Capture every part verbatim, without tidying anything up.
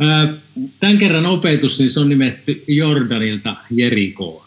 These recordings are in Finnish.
Tämän kerran opetus siis on nimetty Jordanilta Jerikoon.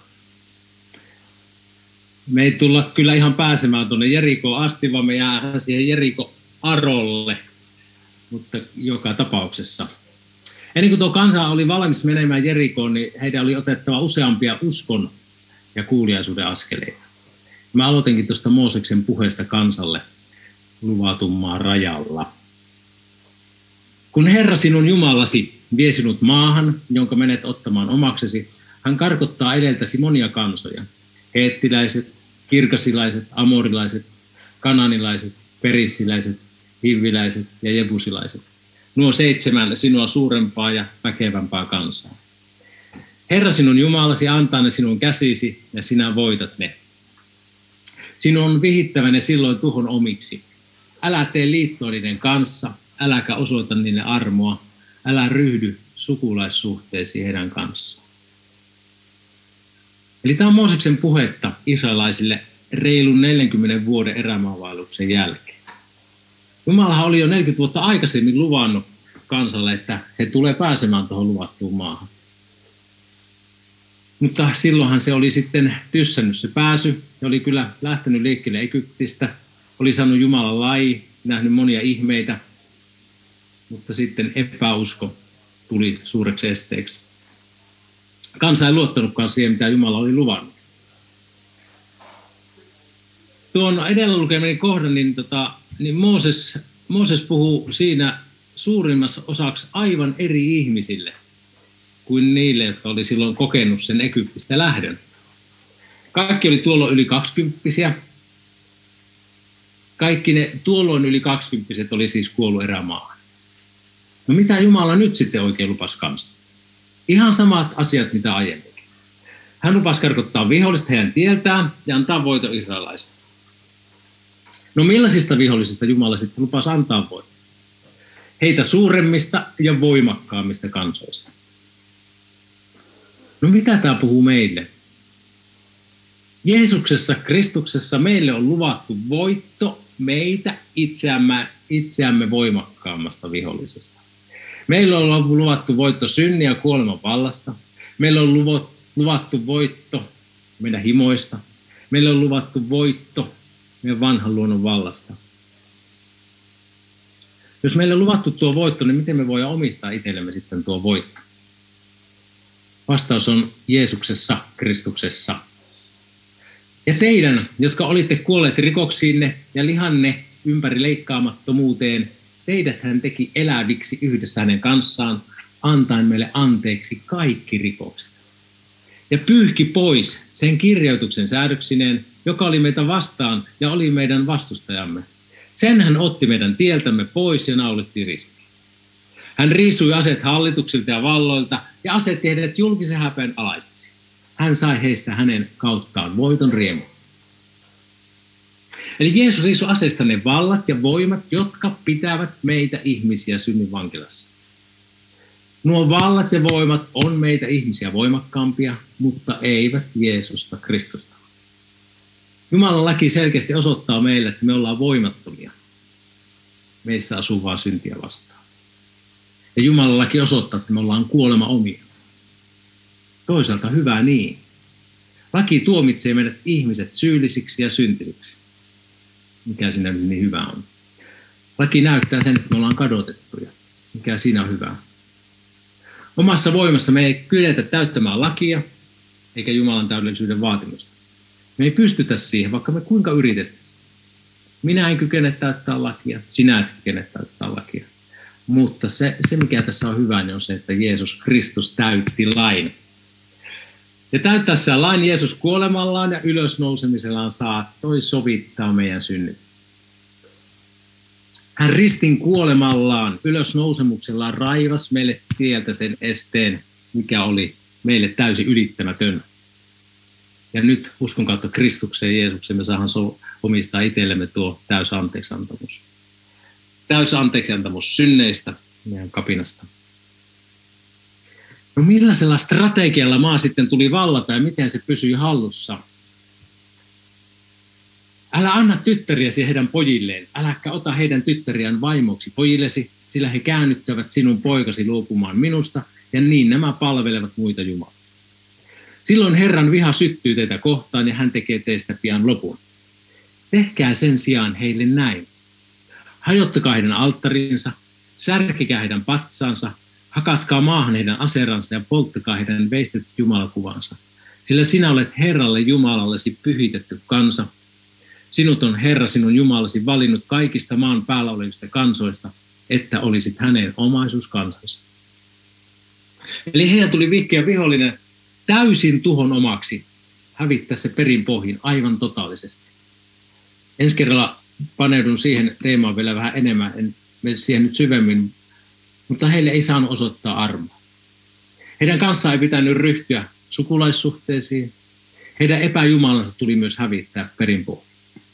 Me ei tulla kyllä ihan pääsemään tuonne Jerikoon asti, vaan me jäädään siihen Jeriko-arolle, mutta joka tapauksessa. Ennen kuin tuo kansa oli valmis menemään Jerikoon, niin heidän oli otettava useampia uskon ja kuuliaisuuden askeleita. Mä aloitinkin tuosta Mooseksen puheesta kansalle luvatun maan rajalla. Kun Herra sinun Jumalasi vie sinut maahan, jonka menet ottamaan omaksesi, hän karkottaa edeltäsi monia kansoja. Heettiläiset, kirkasilaiset, amorilaiset, kananilaiset, perissiläiset, hiviläiset ja jebusilaiset. Nuo seitsemän sinua suurempaa ja väkevämpää kansaa. Herra sinun Jumalasi antaa ne sinun käsisi ja sinä voitat ne. Sinun on vihittävä ne silloin tuhon omiksi. Älä tee liittoa niiden kanssa, äläkä osoita niille armoa, älä ryhdy sukulaissuhteisiin heidän kanssaan. Eli tämä on Mooseksen puhetta israelaisille reilun neljänkymmenen vuoden erämaavaelluksen jälkeen. Jumalahan oli jo neljäkymmentä vuotta aikaisemmin luvannut kansalle, että he tulee pääsemään tuohon luvattuun maahan. Mutta silloinhan se oli sitten tyssännyt se pääsy. He oli kyllä lähtenyt liikkeelle Egyptistä, oli saanut Jumalan lain, nähnyt monia ihmeitä, mutta sitten epäusko tuli suureksi esteeksi. Kansa ei luottanutkaan siihen, mitä Jumala oli luvannut. Tuon edellä lukemani kohdan, niin, tota, niin Mooses, Mooses puhuu siinä suurimmassa osaksi aivan eri ihmisille kuin niille, jotka oli silloin kokenut sen Egyptistä lähdön. Kaikki oli tuolloin yli kaksikymppisiä. Kaikki ne tuolloin yli kaksikymppiset oli siis kuollut erämaahan. No mitä Jumala nyt sitten oikein lupasi kanssa? Ihan samat asiat, mitä aiemminkin. Hän lupasi karkottaa viholliset heidän tieltään ja antaa voito israelaisille. No millaisista vihollisista Jumala sitten lupasi antaa voito? Heitä suuremmista ja voimakkaammista kansoista. No mitä tämä puhuu meille? Jeesuksessa, Kristuksessa meille on luvattu voitto meitä itseämme, itseämme voimakkaammasta vihollisesta. Meillä on luvattu voitto synnin ja kuoleman vallasta. Meillä on luvattu voitto meidän himoista. Meillä on luvattu voitto meidän vanhan luonnon vallasta. Jos meille on luvattu tuo voitto, niin miten me voidaan omistaa itsellemme sitten tuo voitto? Vastaus on Jeesuksessa, Kristuksessa. Ja teidän, jotka olitte kuolleet rikoksiinne ja lihanne ympäri leikkaamattomuuteen, teidät hän teki eläviksi yhdessä hänen kanssaan, antaen meille anteeksi kaikki rikokset. Ja pyyhki pois sen kirjoituksen säädöksineen, joka oli meitä vastaan ja oli meidän vastustajamme. Sen hän otti meidän tieltämme pois ja naulitsi ristiin. Hän riisui aseet hallituksilta ja valloilta ja asetti heidät julkisen häpeän alaiseksi. Hän sai heistä hänen kauttaan voiton riemu. Eli Jeesus riisui aseista ne vallat ja voimat, jotka pitävät meitä ihmisiä synnin vankilassa. Nuo vallat ja voimat on meitä ihmisiä voimakkaampia, mutta eivät Jeesusta Kristusta. Jumalan laki selkeästi osoittaa meille, että me ollaan voimattomia. Meissä asuu vaan syntiä vastaan. Ja Jumalan laki osoittaa, että me ollaan kuolema omia. Toisaalta hyvä niin. Laki tuomitsee meidät ihmiset syyllisiksi ja syntisiksi. Mikä siinä niin hyvä on. Laki näyttää sen, että me ollaan kadotettuja. Mikä siinä on hyvä. Omassa voimassa me ei kyetä täyttämään lakia, eikä Jumalan täydellisyyden vaatimusta. Me ei pystytä siihen, vaikka me kuinka yritettäisiin. Minä en kykene täyttää lakia, sinä et kykene täyttää lakia. Mutta se, se mikä tässä on hyvä, niin on se, että Jeesus Kristus täytti lain. Ja täyttäessään lain Jeesus kuolemallaan ja ylösnousemisellaan saattoi sovittaa meidän synnit. Hän ristin kuolemallaan, ylösnousemuksellaan raivasi meille tieltä sen esteen, mikä oli meille täysin ylittämätön. Ja nyt uskon kautta Kristukseen ja Jeesukseen me saadaan so- omistaa itsellemme tuo täys anteeksiantamus. Täys anteeksiantamus synneistä meidän kapinasta. No millaisella strategialla maa sitten tuli vallata ja miten se pysyi hallussa? Älä anna tyttäriäsi heidän pojilleen, äläkä ota heidän tyttäriään vaimoksi pojillesi, sillä he käännyttävät sinun poikasi luopumaan minusta, ja niin nämä palvelevat muita jumalia. Silloin Herran viha syttyy teitä kohtaan, ja hän tekee teistä pian lopun. Tehkää sen sijaan heille näin. Hajottakaa heidän alttarinsa, särkikää heidän patsaansa, hakatkaa maahan heidän aseransa ja polttakaa heidän veistetyt jumalakuvansa. Sillä sinä olet Herralle Jumalallesi pyhitetty kansa. Sinut on Herra sinun Jumalasi valinnut kaikista maan päällä olevista kansoista, että olisit hänen omaisuuskansansa. Eli heidän tuli vihkeä vihollinen täysin tuhon omaksi, hävittää se perinpohjin aivan totaalisesti. Ensi kerralla paneudun siihen teemaan vielä vähän enemmän, en mene siihen nyt syvemmin, mutta heille ei saanut osoittaa armoa. Heidän kanssaan ei pitänyt ryhtyä sukulaissuhteisiin. Heidän epäjumalansa tuli myös hävittää perinpohjin.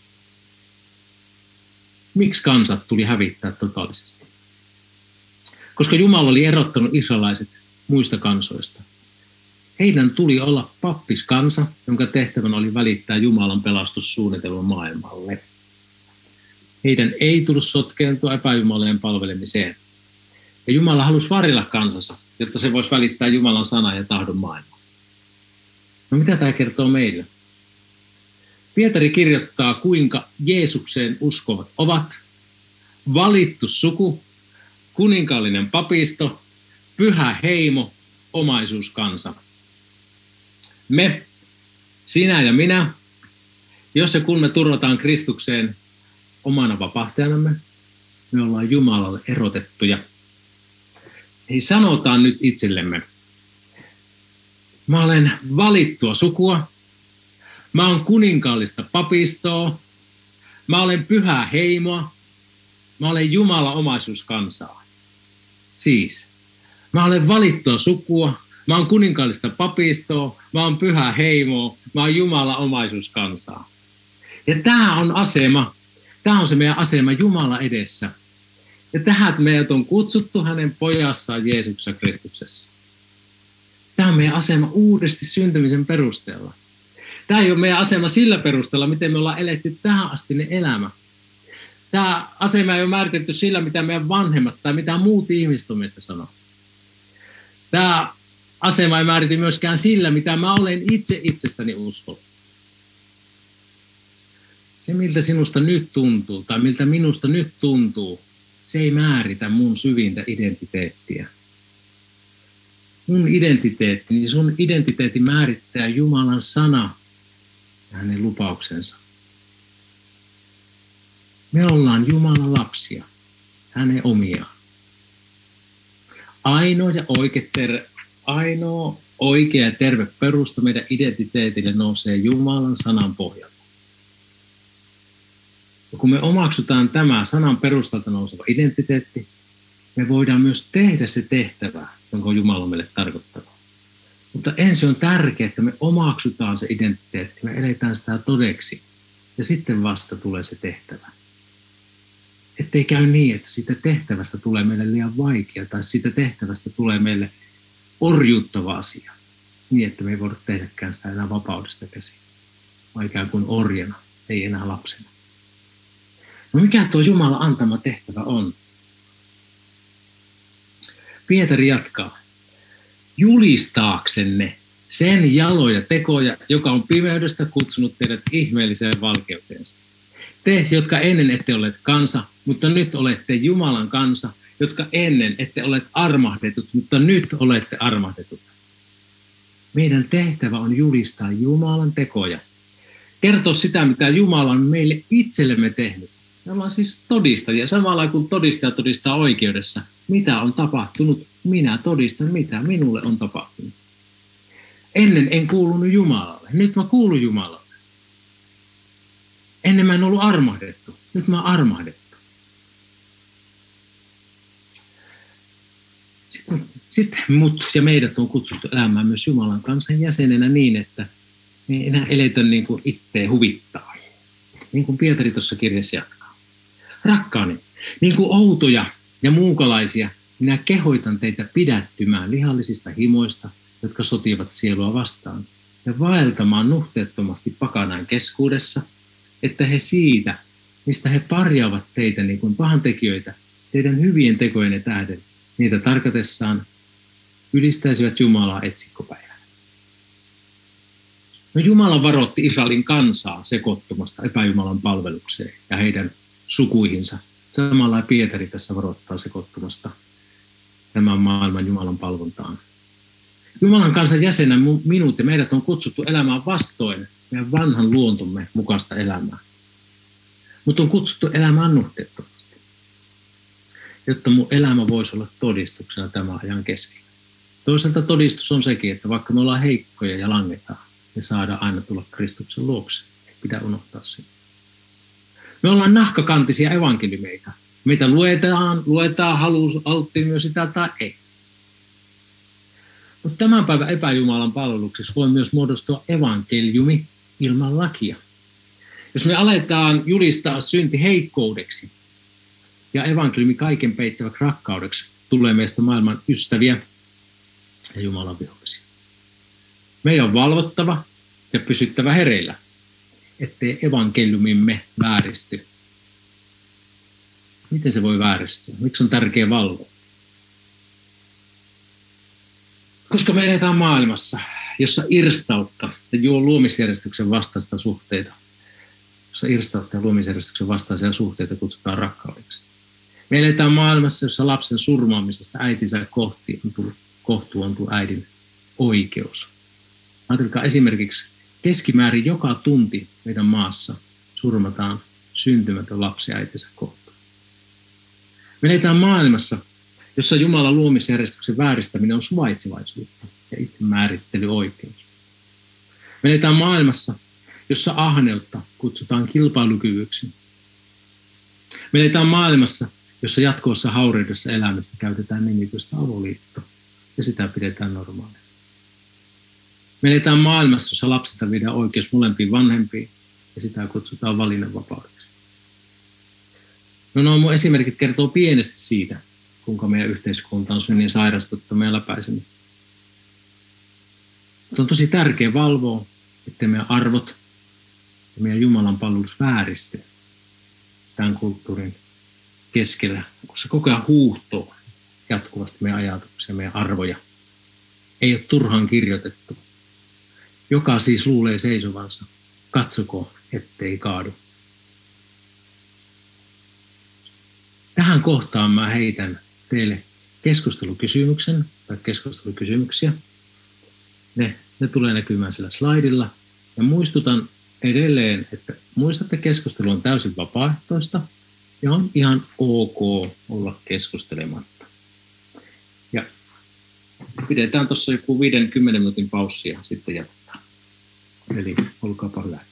Miksi kansat tuli hävittää totaalisesti? Koska Jumala oli erottanut israelaiset muista kansoista. Heidän tuli olla pappiskansa, jonka tehtävänä oli välittää Jumalan pelastussuunnitelma maailmalle. Heidän ei tullut sotkeentua epäjumalien palvelemiseen. Ja Jumala halusi varjella kansansa, jotta se voisi välittää Jumalan sanan ja tahdon maailmaan. No mitä tämä kertoo meille? Pietari kirjoittaa, kuinka Jeesukseen uskovat ovat valittu suku, kuninkaallinen papisto, pyhä heimo, omaisuuskansa. Me, sinä ja minä, jos ja kun me turvataan Kristukseen omana vapahtajanamme, me ollaan Jumalalle erotettuja. Ei sanotaan nyt itsellemme, mä olen valittua sukua, mä olen kuninkaallista papistoa, mä olen pyhää heimoa, mä olen Jumalan omaisuuskansaa. Siis, mä olen valittua sukua, mä olen kuninkaallista papistoa, mä olen pyhää heimoa, mä olen Jumalan omaisuuskansaa. Ja tämä on asema, tämä on se meidän asema Jumala edessä. Ja tähän meidät on kutsuttu hänen pojassaan Jeesuksessa Kristuksessa. Tämä on meidän asema uudesti syntymisen perusteella. Tämä ei ole meidän asema sillä perusteella, miten me ollaan eletty tähän asti ne elämä. Tämä asema ei ole määritetty sillä, mitä meidän vanhemmat tai mitä muut ihmiset on meistä sanoo. Tämä asema ei määrity myöskään sillä, mitä mä olen itse itsestäni uskonut. Se, miltä sinusta nyt tuntuu tai miltä minusta nyt tuntuu, se ei määritä mun syvintä identiteettiä. Mun identiteetti, niin sun identiteetti määrittää Jumalan sana ja hänen lupauksensa. Me ollaan Jumalan lapsia, hänen omiaan. Ainoa ja oikea, ter- ainoa oikea ja terve perusta meidän identiteetille nousee Jumalan sanan pohjalta. Ja kun me omaksutaan tämä sanan perustalta nouseva identiteetti, me voidaan myös tehdä se tehtävä, jonka Jumala on meille tarkoittanut. Mutta ensin on tärkeää, että me omaksutaan se identiteetti, me eletään sitä todeksi ja sitten vasta tulee se tehtävä. Ettei käy niin, että siitä tehtävästä tulee meille liian vaikea tai siitä tehtävästä tulee meille orjuuttava asia, niin että me ei voida tehdäkään sitä enää vapaudesta käsin, vaan ikään kuin orjana, ei enää lapsena. No mikä tuo Jumala antama tehtävä on? Pietari jatkaa. Julistaaksenne sen jaloja tekoja, joka on pimeydestä kutsunut teidät ihmeelliseen valkeuteensa. Te, jotka ennen ette olleet kansa, mutta nyt olette Jumalan kansa, jotka ennen ette olleet armahdetut, mutta nyt olette armahdetut. Meidän tehtävä on julistaa Jumalan tekoja. Kertoa sitä, mitä Jumala on meille itsellemme tehnyt. Me ollaan siis todistajia, samalla kun todistaja todistaa oikeudessa, mitä on tapahtunut, minä todistan, mitä minulle on tapahtunut. Ennen en kuulunut Jumalalle, nyt mä kuulun Jumalalle. Ennen mä en ollut armahdettu, nyt mä oon armahdettu. Sitten, sitten mut ja meidät on kutsuttu elämään myös Jumalan kansan jäsenenä niin, että me ei enää eletä niin kuin itteen huvittaa. Niin kuin Pietari tuossa kirjassa jatkaa. Rakkaani, niin kuin outoja ja muukalaisia, minä kehoitan teitä pidättymään lihallisista himoista, jotka sotivat sielua vastaan, ja vaeltamaan nuhteettomasti pakanain keskuudessa, että he siitä, mistä he parjaavat teitä niin kuin pahantekijöitä, teidän hyvien tekojenne tähden niitä tarkatessaan ylistäisivät Jumalaa etsikkopäivänä. No Jumala varoitti Israelin kansaa sekoittumasta epäjumalan palvelukseen ja heidän sukuihinsa. Samalla Pietari tässä varoittaa sekoittumasta tämän maailman Jumalan palvontaan. Jumalan kansan jäsenä minut ja meidät on kutsuttu elämään vastoin meidän vanhan luontomme mukaista elämää. Mutta on kutsuttu elämään nuhteettomasti, jotta mun elämä voisi olla todistuksena tämän ajan keskellä. Toisaalta todistus on sekin, että vaikka me ollaan heikkoja ja langetaan, me saadaan aina tulla Kristuksen luokse. Ei pidä unohtaa sitä. Me ollaan nahkakantisia evankeliumeita. Meitä luetaan, luetaan, haluttiin myös sitä tai ei. Mutta tämän päivän epäjumalan palveluksessa voi myös muodostua evankeliumi ilman lakia. Jos me aletaan julistaa synti heikkoudeksi ja evankeliumi kaiken peittäväksi rakkaudeksi, tulee meistä maailman ystäviä ja Jumalan vihollisia. Meidän on valvottava ja pysyttävä hereillä, ettei evankeliumimme vääristy. Miten se voi vääristyä? Miksi on tärkeää valvoa? Koska me eletään maailmassa, jossa irstautta ja luomisjärjestyksen vastaista suhteita, jossa irstautta ja luomisjärjestyksen vastaisia suhteita kutsutaan rakkaudeksi. Me eletään maailmassa, jossa lapsen surmaamisesta äitinsä kohti on tullut, kohtu on tullut äidin oikeus. Ajatelkaa esimerkiksi keskimäärin joka tunti meidän maassa surmataan syntymätön lapsi äitinsä kohtaan. Me eletään maailmassa, jossa Jumalan luomisjärjestyksen vääristäminen on suvaitsevaisuutta ja itsemäärittelyoikeus. Me eletään maailmassa, jossa ahneutta kutsutaan kilpailukyvyksi. Me eletään maailmassa, jossa jatkuvassa haureudessa elämästä käytetään nimitystä avoliitto ja sitä pidetään normaalina. Me eletään maailmassa, jossa lapsilta viedään oikeus molempiin vanhempiin ja sitä kutsutaan valinnanvapaudeksi. No nuo mun esimerkit kertoo pienesti siitä, kuinka meidän yhteiskunta on synnin sairastuttu meidän läpäisemmin. Mutta on tosi tärkeää valvoa, ettei meidän arvot ja meidän Jumalan palvelus vääristy tämän kulttuurin keskellä, kun se koko ajan huuhtoo jatkuvasti meidän ajatuksia, meidän arvoja. Ei ole turhaan kirjoitettu. Joka siis luulee seisovansa, katsoko, ettei kaadu. Tähän kohtaan mä heitän teille keskustelukysymyksen tai keskustelukysymyksiä. Ne, ne tulee näkymään sillä slaidilla. Ja muistutan edelleen, että muistatte, keskustelu on täysin vapaaehtoista ja on ihan ok olla keskustelematta. Ja pidetään tuossa joku viiden kymmenen minuutin paussi ja sitten jatketaan. Eli olkaapa hyvä.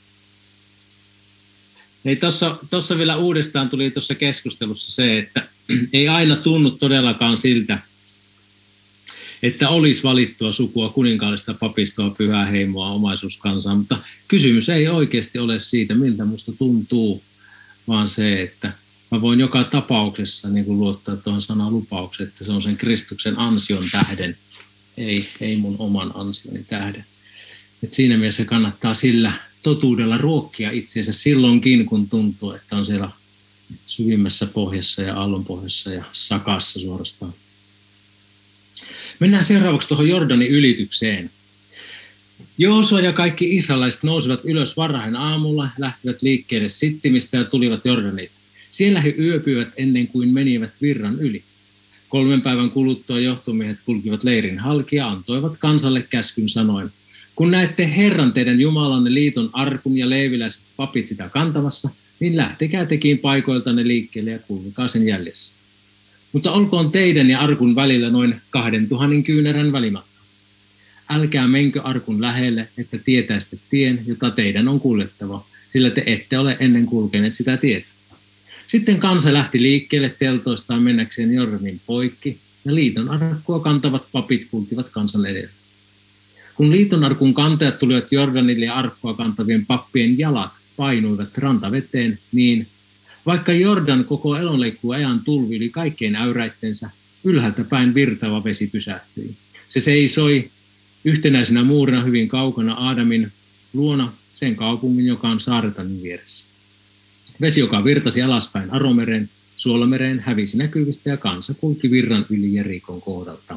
Ei tossa, tossa vielä uudestaan tuli tuossa keskustelussa se, että ei aina tunnu todellakaan siltä, että olisi valittua sukua, kuninkaallista papistoa, pyhää heimoa, omaisuuskansaa, mutta kysymys ei oikeasti ole siitä, miltä musta tuntuu, vaan se, että mä voin joka tapauksessa niin kuin luottaa tuohon sanaan lupaukseen, että se on sen Kristuksen ansion tähden, ei, ei mun oman ansioni tähden. Et siinä mielessä kannattaa sillä totuudella ruokkia itseensä silloinkin, kun tuntuu, että on siellä syvimmässä pohjassa ja aallonpohjassa ja sakassa suorastaan. Mennään seuraavaksi tuohon Jordanin ylitykseen. Joosua ja kaikki israelaiset nousivat ylös varhain aamulla, lähtivät liikkeelle Sittimistä ja tulivat Jordaniin. Siellä he yöpyivät ennen kuin menivät virran yli. Kolmen päivän kuluttua johtomiehet kulkivat leirin halki ja antoivat kansalle käskyn sanoen: kun näette Herran teidän Jumalanne liiton arkun ja leeviläiset papit sitä kantamassa, niin lähtekää tekin paikoiltanne liikkeelle ja kulkekaa sen jäljessä. Mutta olkoon teidän ja arkun välillä noin kahden tuhannen kyynärän välimatka. Älkää menkö arkun lähelle, että tietäisitte tien, jota teidän on kuljettava, sillä te ette ole ennen kulkeneet sitä tietä. Sitten kansa lähti liikkeelle teltoistaan mennäkseen Jordanin poikki, ja liiton arkkua kantavat papit kulkivat kansan edellä. Kun liiton arkun kantajat tulivat Jordanille ja arkkua kantavien pappien jalat painuivat rantaveteen, niin vaikka Jordan koko elonleikkuajan tulvi yli kaikkein äyräittensä, ylhäältä päin virtaava vesi pysähtyi. Se seisoi yhtenäisenä muurina hyvin kaukana Aadamin luona sen kaupungin, joka on Saaretanin vieressä. Vesi, joka virtasi alaspäin Aromeren, Suolamereen hävisi näkyvistä ja kansa kulki virran yli Jerikon kohdalta.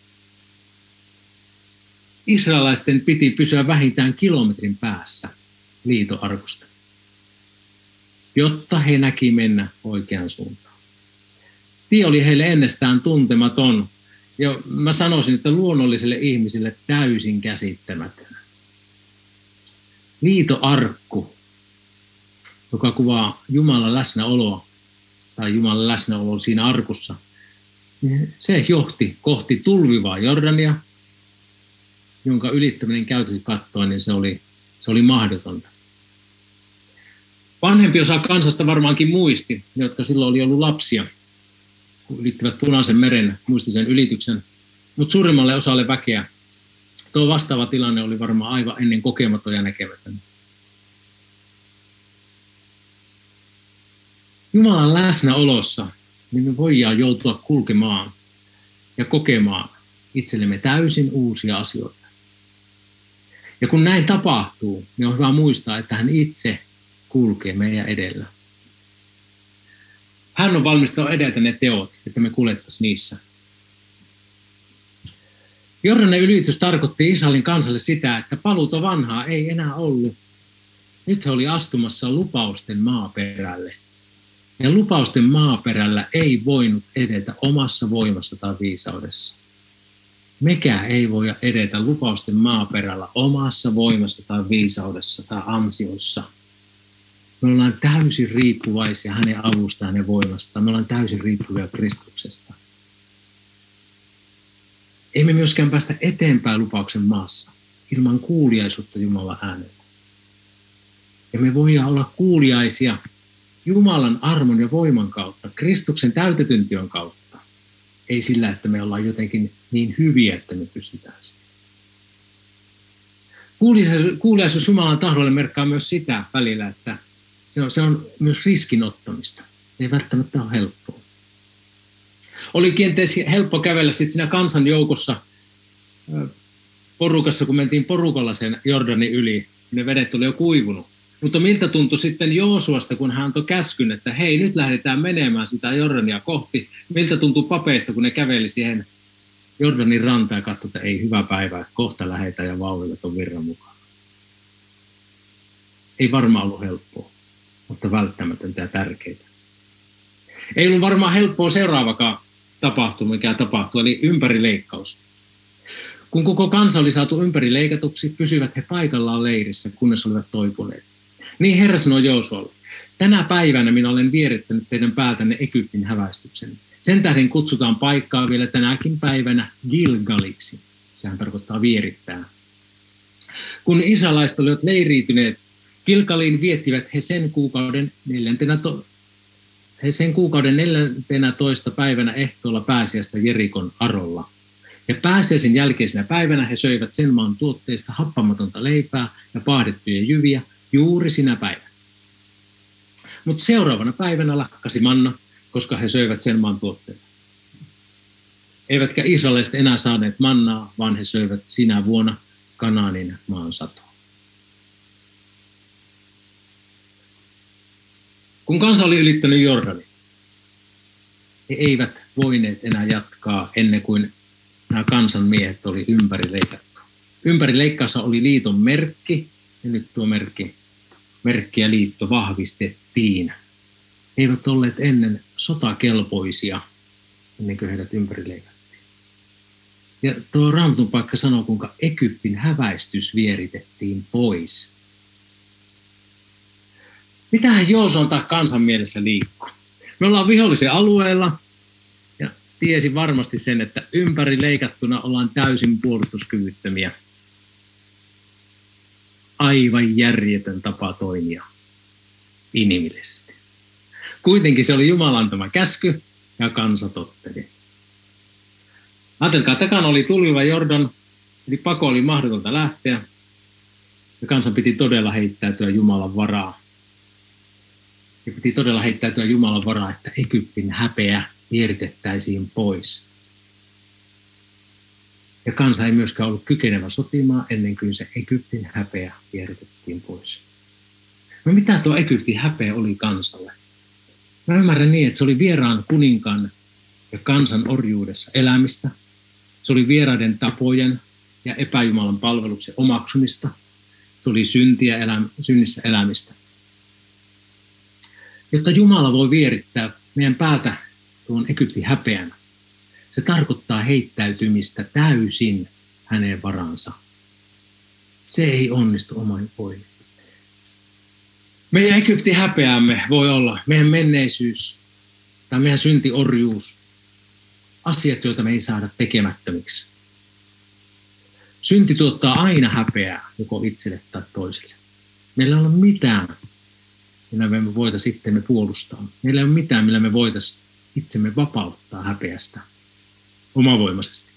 Israelaisten piti pysyä vähintään kilometrin päässä liitoarkusta, jotta he näki mennä oikeaan suuntaan. Tie oli heille ennestään tuntematon, ja mä sanoisin, että luonnollisille ihmisille täysin käsittämätön. Liitoarkku, joka kuvaa Jumalan läsnäoloa, tai Jumalan läsnäoloa siinä arkussa, se johti kohti tulvivaa Jordania, jonka ylittäminen käytösi kattoon, niin se oli, se oli mahdotonta. Vanhempi osa kansasta varmaankin muisti, jotka silloin oli ollut lapsia, kun ylittivät Punaisen meren, muisti sen ylityksen. Mutta suurimmalle osalle väkeä tuo vastaava tilanne oli varmaan aivan ennen kokematon ja näkemätön. Jumalan läsnäolossa niin me voidaan joutua kulkemaan ja kokemaan itsellemme täysin uusia asioita. Ja kun näin tapahtuu, niin on hyvä muistaa, että hän itse kulkee meidän edellä. Hän on valmistanut edeltä ne teot, että me kuljettaisiin niissä. Jordanin ylitys tarkoitti Israelin kansalle sitä, että paluuta vanhaa ei enää ollut. Nyt he oli astumassa lupausten maaperälle. Ja lupausten maaperällä ei voinut edetä omassa voimassa tai viisaudessa. Mekään ei voi edetä lupausten maaperällä omassa voimassa tai viisaudessa tai ansiossa. Me ollaan täysin riippuvaisia hänen avustaan ja voimastaan. Me ollaan täysin riippuvia Kristuksesta. Emme myöskään päästä eteenpäin lupauksen maassa ilman kuuliaisuutta Jumalan äänelle. Ja me voidaan olla kuuliaisia Jumalan armon ja voiman kautta, Kristuksen täytetyn työn kautta. Ei sillä, että me ollaan jotenkin niin hyviä, että me pystytään siihen. Kuuliaisuus Jumalan tahdolle merkkaa myös sitä välillä, että se on, se on myös riskinottamista. Se ei välttämättä ole helppoa. Oli kenties helppo kävellä sitten siinä kansan joukossa porukassa, kun mentiin porukalla sen Jordanin yli. Ne vedet oli jo kuivunut. Mutta miltä tuntui sitten Joosuasta, kun hän antoi käskyn, että hei, nyt lähdetään menemään sitä Jordania kohti. Miltä tuntui papeista, kun ne käveli siihen Jordanin rantaan ja katsoi, että ei hyvä päivä, että kohta lähdetään ja vauvilla tuon virran mukaan. Ei varmaan ollut helppoa, mutta välttämätöntä ja tärkeää. Ei ollut varmaan helppoa seuraavakaan tapahtuma, mikä tapahtui, eli ympärileikkaus. Kun koko kansa oli saatu ympärileikatuksi, pysyvät he paikallaan leirissä, kunnes olivat toipuneet. Niin Herra sanoi Joosualle, tänä päivänä minä olen vierittänyt teidän päältänne Egyptin häväistyksen. Sen tähden kutsutaan paikkaa vielä tänäkin päivänä Gilgaliksi. Sehän tarkoittaa vierittää. Kun israelaiset olivat leiriytyneet Gilgaliin, viettivät he sen kuukauden neljäntenä, to- he sen kuukauden neljäntenä toista päivänä ehtoolla pääsiäistä Jerikon arolla. Ja pääsiäisen jälkeisenä päivänä he söivät sen maan tuotteista happamatonta leipää ja paahdettuja jyviä juuri sinä päivänä. Mutta seuraavana päivänä lakkasi manna, koska he söivät sen maan tuotteita. Eivätkä israelaiset enää saaneet mannaa, vaan he söivät sinä vuonna Kanaanin maan satoa. Kun kansa oli ylittänyt Jordanin, he eivät voineet enää jatkaa ennen kuin nämä kansanmiehet oli ympärileikattu. Ympärileikkaassa oli liiton merkki, ja nyt tuo merkki, merkki ja liitto vahvistettiin. He eivät olleet ennen sotakelpoisia, ennen kuin heidät ympärileikattiin. Ja tuo Raamatun paikka sanoo, kuinka Egyptin häväistys vieritettiin pois. Mitähän Joosuan tai kansan mielessä liikkuu? Me ollaan vihollisen alueella, ja tiesi varmasti sen, että ympäri leikattuna ollaan täysin puolustuskyvyttömiä. Aivan järjetön tapa toimia inhimillisesti. Kuitenkin se oli Jumalan antama käsky, ja kansa totteli. Ajatelkaa, takana oli tulviva Jordan, eli pako oli mahdotonta lähteä, ja kansa piti todella heittäytyä Jumalan varaa. Ja piti todella heittäytyä Jumalan varaa, että Egyptin häpeä vieritettäisiin pois. Ja kansa ei myöskään ollut kykenevä sotimaan ennen kuin se Egyptin häpeä vieritettiin pois. No mitä tuo Egyptin häpeä oli kansalle? Mä ymmärrän niin, että se oli vieraan kuninkaan ja kansan orjuudessa elämistä. Se oli vieraiden tapojen ja epäjumalan palveluksen omaksumista. Se oli syntiä eläm, synnissä elämistä. Jotta Jumala voi vierittää meidän päältä tuon Egyptin häpeän, se tarkoittaa heittäytymistä täysin hänen varansa. Se ei onnistu oman voimin. Meidän Egyptin häpeämme voi olla meidän menneisyys tai meidän syntiorjuus, asiat, joita me ei saada tekemättömiksi. Synti tuottaa aina häpeää, joko itselle tai toisille. Meillä ei ole mitään, millä me voitaisiin itsemme puolustaa. Meillä ei ole mitään, millä me voitaisiin itsemme vapauttaa häpeästä omavoimaisesti.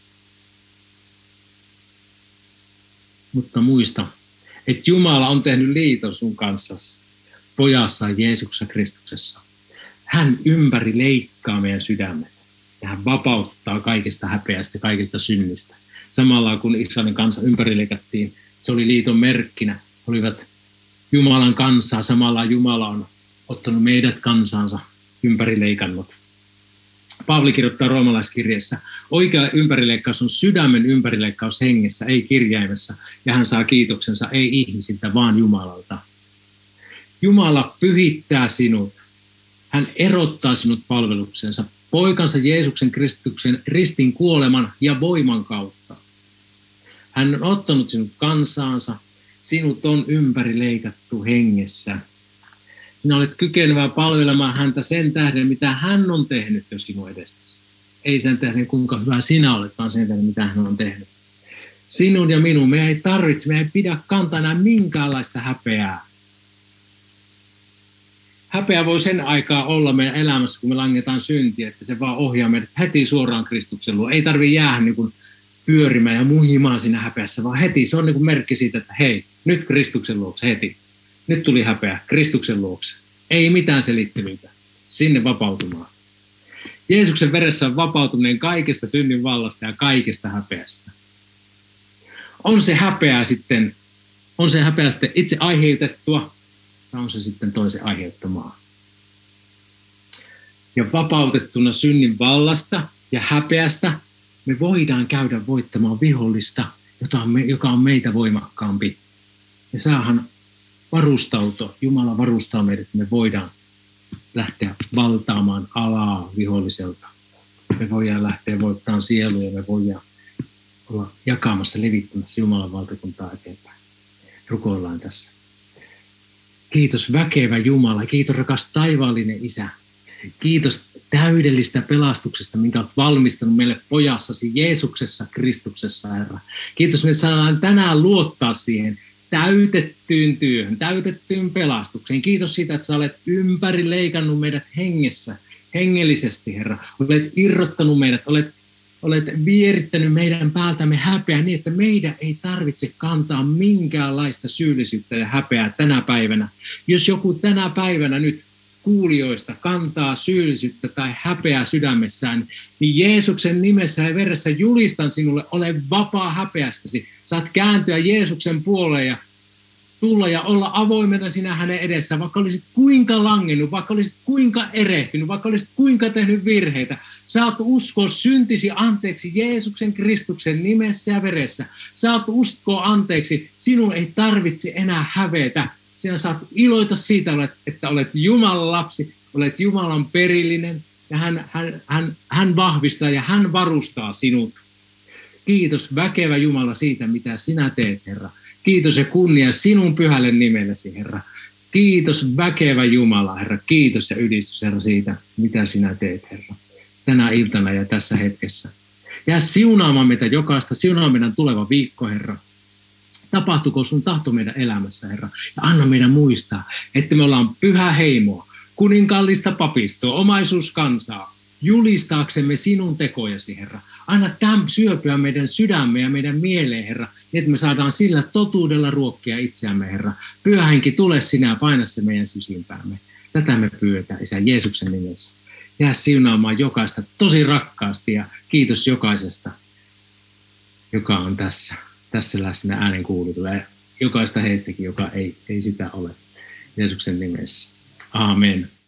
Mutta muista, että Jumala on tehnyt liiton sun kanssasi, pojassaan Jeesuksessa Kristuksessa. Hän ympäri leikkaa meidän sydämet ja hän vapauttaa kaikista häpeästä, kaikista synnistä. Samalla kun Israelin kansa ympäri leikattiin, se oli liiton merkkinä. Olivat Jumalan kansaa, samalla Jumala on ottanut meidät kansansa ympäri leikannut. Paavali kirjoittaa roomalaiskirjeessä, oikea ympärileikkaus on sydämen ympärileikkaus hengessä, ei kirjaimessa, ja hän saa kiitoksensa ei ihmisiltä, vaan Jumalalta. Jumala pyhittää sinut. Hän erottaa sinut palveluksensa poikansa Jeesuksen Kristuksen ristin kuoleman ja voiman kautta. Hän on ottanut sinut kansaansa, sinut on ympärileikattu hengessä. Sinä olet kykenevä palvelemaan häntä sen tähden, mitä hän on tehnyt jo sinun edestäsi. Ei sen tähden, kuinka hyvä sinä olet, vaan sen tähden, mitä hän on tehnyt. Sinun ja minun, me ei tarvitse, me ei pidä kantaa enää minkäänlaista häpeää. Häpeä voi sen aikaa olla meidän elämässä, kun me langetaan syntiä, että se vaan ohjaa meidät heti suoraan Kristuksen luo. Ei tarvitse jäädä niin kuin pyörimään ja muhimaan siinä häpeässä, vaan heti se on niin kuin merkki siitä, että hei, nyt Kristuksen luokse heti. Nyt tuli häpeä Kristuksen luokse. Ei mitään selittelyitä. Sinne vapautumaan. Jeesuksen veressä on vapautuminen kaikesta synnin vallasta ja kaikesta häpeästä. On se häpeä sitten, on se häpeä sitten itse aiheutettua, tai on se sitten toisen aiheuttamaa. Ja vapautettuna synnin vallasta ja häpeästä me voidaan käydä voittamaan vihollista, joka on meitä voimakkaampi. Ja saahan varustautua. Jumala varustaa meidät, että me voidaan lähteä valtaamaan alaa viholliselta. Me voidaan lähteä voittamaan sieluja, me voidaan olla jakamassa, levittämässä Jumalan valtakuntaa eteenpäin. Rukoillaan tässä. Kiitos väkevä Jumala, kiitos rakas taivaallinen Isä. Kiitos täydellistä pelastuksesta, minkä olet valmistanut meille pojassasi Jeesuksessa Kristuksessa, Herra. Kiitos, me saadaan tänään luottaa siihen täytettyyn työhön, täytettyyn pelastukseen. Kiitos siitä, että sä olet ympäri leikannut meidät hengessä, hengellisesti, Herra. Olet irrottanut meidät, olet, olet vierittänyt meidän päältämme häpeää niin, että meidän ei tarvitse kantaa minkäänlaista syyllisyyttä ja häpeää tänä päivänä. Jos joku tänä päivänä nyt kuulijoista kantaa syyllisyyttä tai häpeää sydämessään, niin Jeesuksen nimessä ja veressä julistan sinulle, ole vapaa häpeästäsi. Saat kääntyä Jeesuksen puoleen ja tulla ja olla avoimena sinä hänen edessä, vaikka olisit kuinka langennut, vaikka olisit kuinka erehtynyt, vaikka olisit kuinka tehnyt virheitä. Saat uskoa syntisi anteeksi Jeesuksen Kristuksen nimessä ja veressä. Saat uskoa anteeksi, sinun ei tarvitse enää hävetä. Sinä saat iloita siitä, että olet Jumalan lapsi, olet Jumalan perillinen ja hän, hän, hän, hän vahvistaa ja hän varustaa sinut. Kiitos väkevä Jumala siitä, mitä sinä teet, Herra. Kiitos ja kunnia sinun pyhälle nimellesi, Herra. Kiitos väkevä Jumala, Herra. Kiitos ja ylistys, Herra, siitä, mitä sinä teet, Herra. Tänä iltana ja tässä hetkessä. Jää siunaamaan meitä jokaista, siunaa meidän tuleva viikko, Herra. Tapahtuko sun tahto meidän elämässä, Herra. Ja anna meidän muistaa, että me ollaan pyhä heimoa, kuninkallista papistoa, omaisuuskansaa, julistaaksemme sinun tekojasi, Herra. Anna tämän syöpyä meidän sydämme ja meidän mieleen, Herra, niin että me saadaan sillä totuudella ruokkia itseämme, Herra. Pyhä Henki, tule sinä ja paina se meidän sisimpäämme. Tätä me pyydetään, Isä, Jeesuksen nimessä. Jää siunaamaan jokaista tosi rakkaasti ja kiitos jokaisesta, joka on tässä, tässä läsnä äänen kuulutulla. Ja jokaista heistäkin, joka ei, ei sitä ole. Jeesuksen nimessä. Aamen.